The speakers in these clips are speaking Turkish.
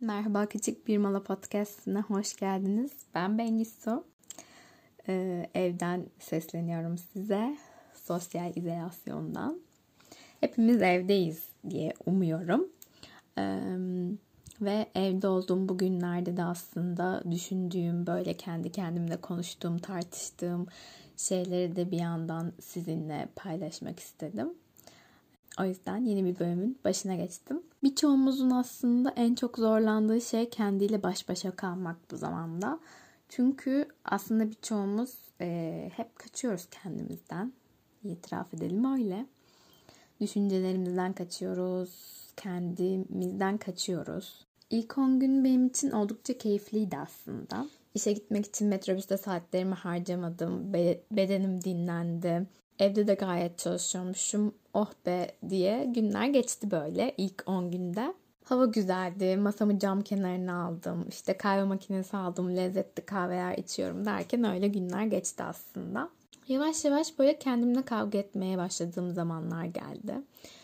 Merhaba Küçük Bir Mola Podcast'ına hoş geldiniz. Ben Bengisu. Evden sesleniyorum size. Sosyal izolasyondan. Hepimiz evdeyiz diye umuyorum. Ve evde olduğum bu günlerde de aslında düşündüğüm, böyle kendi kendimle konuştuğum, tartıştığım şeyleri de bir yandan sizinle paylaşmak istedim. O yüzden yeni bir bölümün başına geçtim. Birçoğumuzun aslında en çok zorlandığı şey kendiyle baş başa kalmak bu zamanda. Çünkü aslında birçoğumuz hep kaçıyoruz kendimizden. İtiraf edelim öyle. Düşüncelerimizden kaçıyoruz, kendimizden kaçıyoruz. İlk 10 gün benim için oldukça keyifliydi aslında. İşe gitmek için metrobüste saatlerimi harcamadım. Bedenim dinlendi. Evde de gayet çalışıyormuşum. Oh be diye günler geçti böyle ilk 10 günde. Hava güzeldi. Masamı cam kenarına aldım. İşte kahve makinesi aldım. Lezzetli kahveler içiyorum derken öyle günler geçti aslında. Yavaş yavaş böyle kendimle kavga etmeye başladığım zamanlar geldi.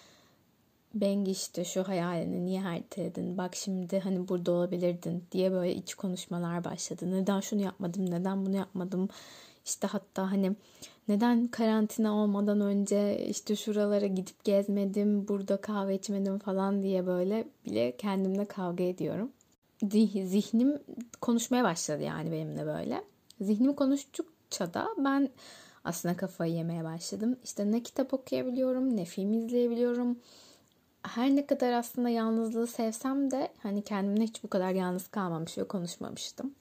Bengi işte şu hayalini niye erteledin? Bak şimdi hani burada olabilirdin diye böyle iç konuşmalar başladı. Neden şunu yapmadım? Neden bunu yapmadım? İşte hatta hani neden karantina olmadan önce işte şuralara gidip gezmedim, burada kahve içmedim falan diye böyle bile kendimle kavga ediyorum. Zihnim konuşmaya başladı yani benimle böyle. Zihnim konuştukça da ben aslında kafayı yemeye başladım. İşte ne kitap okuyabiliyorum, ne film izleyebiliyorum. Her ne kadar aslında yalnızlığı sevsem de hani kendimle hiç bu kadar yalnız kalmamış ve konuşmamıştım.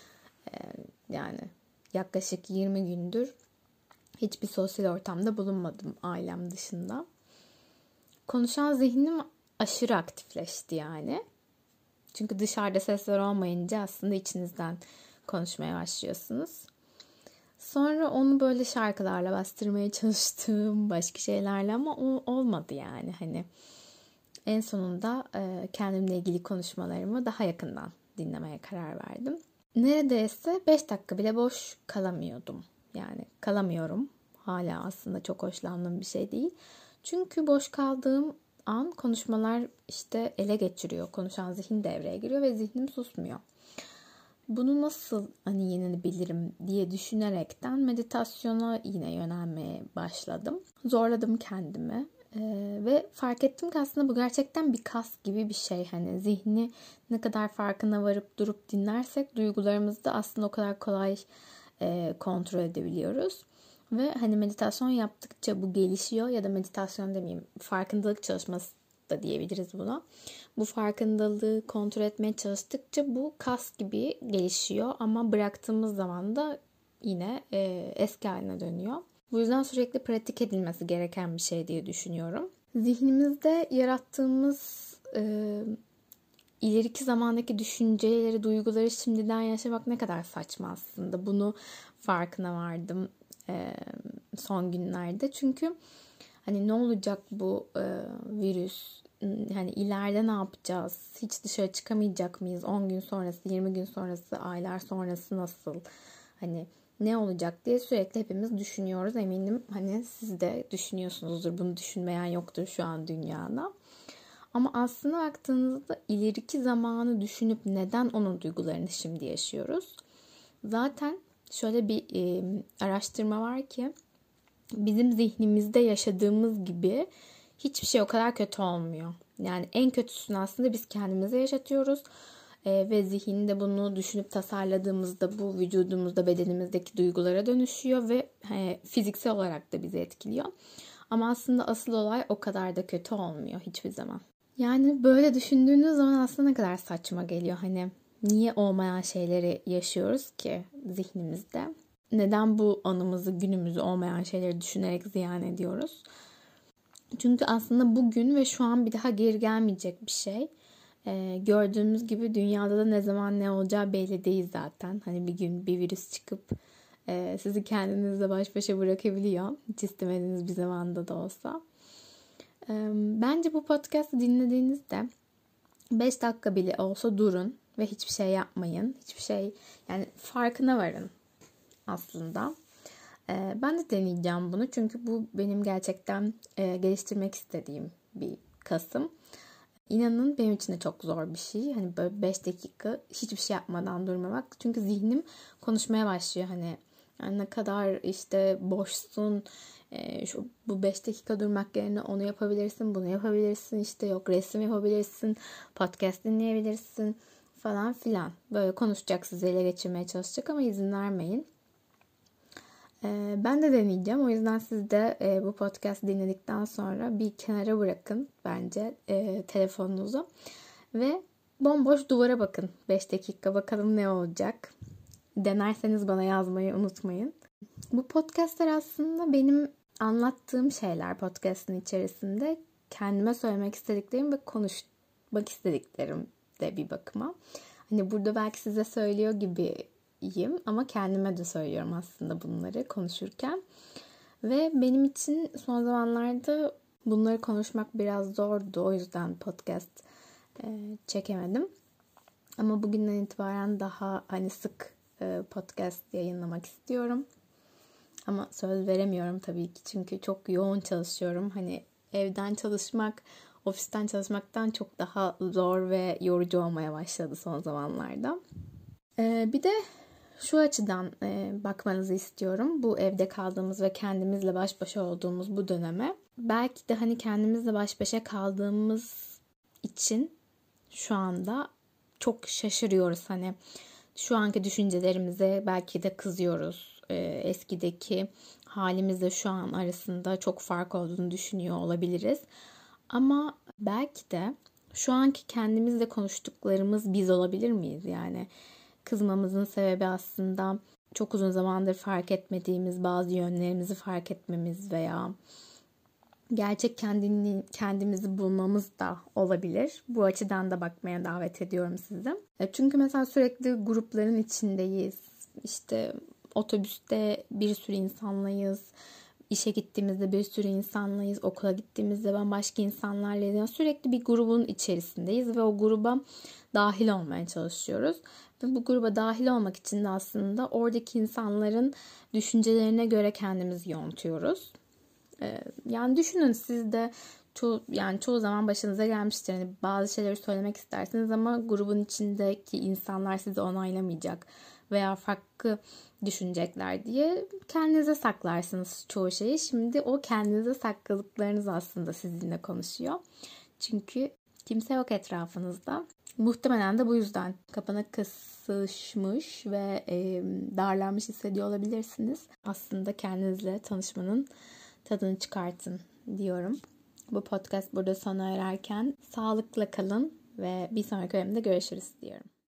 Yani yaklaşık 20 gündür hiçbir sosyal ortamda bulunmadım ailem dışında. Konuşan zihnim aşırı aktifleşti yani. Çünkü dışarıda sesler olmayınca aslında içinizden konuşmaya başlıyorsunuz. Sonra onu böyle şarkılarla bastırmaya çalıştım, başka şeylerle ama o olmadı yani. Hani en sonunda kendimle ilgili konuşmalarımı daha yakından dinlemeye karar verdim. Neredeyse 5 dakika bile boş kalamıyordum. Yani kalamıyorum. Hala aslında çok hoşlandığım bir şey değil. Çünkü boş kaldığım an konuşmalar işte ele geçiriyor. Konuşan zihin devreye giriyor ve zihnim susmuyor. Bunu nasıl hani yenebilirim diye düşünerekten meditasyona yine yönelmeye başladım. Zorladım kendimi. Ve fark ettim ki aslında bu gerçekten bir kas gibi bir şey. Hani zihni ne kadar farkına varıp durup dinlersek duygularımızı da aslında o kadar kolay kontrol edebiliyoruz. Ve hani meditasyon yaptıkça bu gelişiyor ya da meditasyon demeyeyim, farkındalık çalışması da diyebiliriz buna. Bu farkındalığı kontrol etmeye çalıştıkça bu kas gibi gelişiyor ama bıraktığımız zaman da yine eski haline dönüyor. Bu yüzden sürekli pratik edilmesi gereken bir şey diye düşünüyorum. Zihnimizde yarattığımız ileriki zamandaki düşünceleri, duyguları şimdiden yaşamak ne kadar saçma aslında. Bunu farkına vardım son günlerde. Çünkü hani ne olacak bu virüs? Hani ileride ne yapacağız? Hiç dışarı çıkamayacak mıyız? 10 gün sonrası, 20 gün sonrası, aylar sonrası nasıl? Hani ne olacak diye sürekli hepimiz düşünüyoruz. Eminim hani siz de düşünüyorsunuzdur. Bunu düşünmeyen yoktur şu an dünyada. Ama aslında baktığınızda ileriki zamanı düşünüp neden onun duygularını şimdi yaşıyoruz? Zaten şöyle bir araştırma var ki bizim zihnimizde yaşadığımız gibi hiçbir şey o kadar kötü olmuyor. Yani en kötüsünü aslında biz kendimize yaşatıyoruz. Ve zihinde bunu düşünüp tasarladığımızda bu vücudumuzda, bedenimizdeki duygulara dönüşüyor ve fiziksel olarak da bizi etkiliyor. Ama aslında asıl olay o kadar da kötü olmuyor hiçbir zaman. Yani böyle düşündüğünüz zaman aslında ne kadar saçma geliyor. Hani niye olmayan şeyleri yaşıyoruz ki zihnimizde? Neden bu anımızı, günümüzü olmayan şeyleri düşünerek ziyan ediyoruz? Çünkü aslında bugün ve şu an bir daha geri gelmeyecek bir şey. Gördüğümüz gibi dünyada da ne zaman ne olacağı belli değil zaten. Hani bir gün bir virüs çıkıp sizi kendinizle baş başa bırakabiliyor. Hiç istemediğiniz bir zamanda da olsa. Bence bu podcast'ı dinlediğinizde 5 dakika bile olsa durun ve hiçbir şey yapmayın. Hiçbir şey, yani farkına varın aslında. Ben de deneyeceğim bunu çünkü bu benim gerçekten geliştirmek istediğim bir kasım. İnanın benim için de çok zor bir şey. Hani böyle 5 dakika hiçbir şey yapmadan durmamak. Çünkü zihnim konuşmaya başlıyor. Hani yani ne kadar işte boşsun. Bu 5 dakika durmak yerine onu yapabilirsin, bunu yapabilirsin. İşte yok resim yapabilirsin, podcast dinleyebilirsin falan filan. Böyle konuşacak, sizi ele geçirmeye çalışacak ama izin vermeyin. Ben de deneyeceğim. O yüzden siz de bu podcast dinledikten sonra bir kenara bırakın bence telefonunuzu ve bomboş duvara bakın. 5 dakika bakalım ne olacak. Denerseniz bana yazmayı unutmayın. Bu podcastler aslında benim anlattığım şeyler podcast'ın içerisinde. Kendime söylemek istediklerim ve konuşmak istediklerim de bir bakıma. Hani burada belki size söylüyor gibiyim ama kendime de söylüyorum aslında bunları konuşurken. Ve benim için son zamanlarda bunları konuşmak biraz zordu. O yüzden podcast çekemedim. Ama bugünden itibaren daha hani sık podcast yayınlamak istiyorum. Ama söz veremiyorum tabii ki çünkü çok yoğun çalışıyorum. Hani evden çalışmak, ofisten çalışmaktan çok daha zor ve yorucu olmaya başladı son zamanlarda. Bir de şu açıdan bakmanızı istiyorum. Bu evde kaldığımız ve kendimizle baş başa olduğumuz bu döneme. Belki de hani kendimizle baş başa kaldığımız için şu anda çok şaşırıyoruz. Hani şu anki düşüncelerimize belki de kızıyoruz. Eskideki halimizle şu an arasında çok fark olduğunu düşünüyor olabiliriz. Ama belki de şu anki kendimizle konuştuklarımız biz olabilir miyiz? Yani kızmamızın sebebi aslında çok uzun zamandır fark etmediğimiz bazı yönlerimizi fark etmemiz veya gerçek kendimizi bulmamız da olabilir. Bu açıdan da bakmaya davet ediyorum sizi. Çünkü mesela sürekli grupların içindeyiz. İşte otobüste bir sürü insanlayız. İşe gittiğimizde bir sürü insanlayız. Okula gittiğimizde bambaşka insanlarlayız. Yani sürekli bir grubun içerisindeyiz ve o gruba dahil olmaya çalışıyoruz. Ve bu gruba dahil olmak için de aslında oradaki insanların düşüncelerine göre kendimizi yontuyoruz. Yani düşünün siz de çoğu zaman başınıza gelmiştir. Yani bazı şeyleri söylemek istersiniz ama grubun içindeki insanlar sizi onaylamayacak veya farklı düşünecekler diye kendinize saklarsınız çoğu şeyi. Şimdi o kendinize sakladıklarınız aslında sizinle konuşuyor. Çünkü kimse yok etrafınızda. Muhtemelen de bu yüzden kapana kısışmış ve darlanmış hissediyor olabilirsiniz. Aslında kendinizle tanışmanın tadını çıkartın diyorum. Bu podcast burada sona ererken sağlıkla kalın ve bir sonraki bölümde görüşürüz diyorum.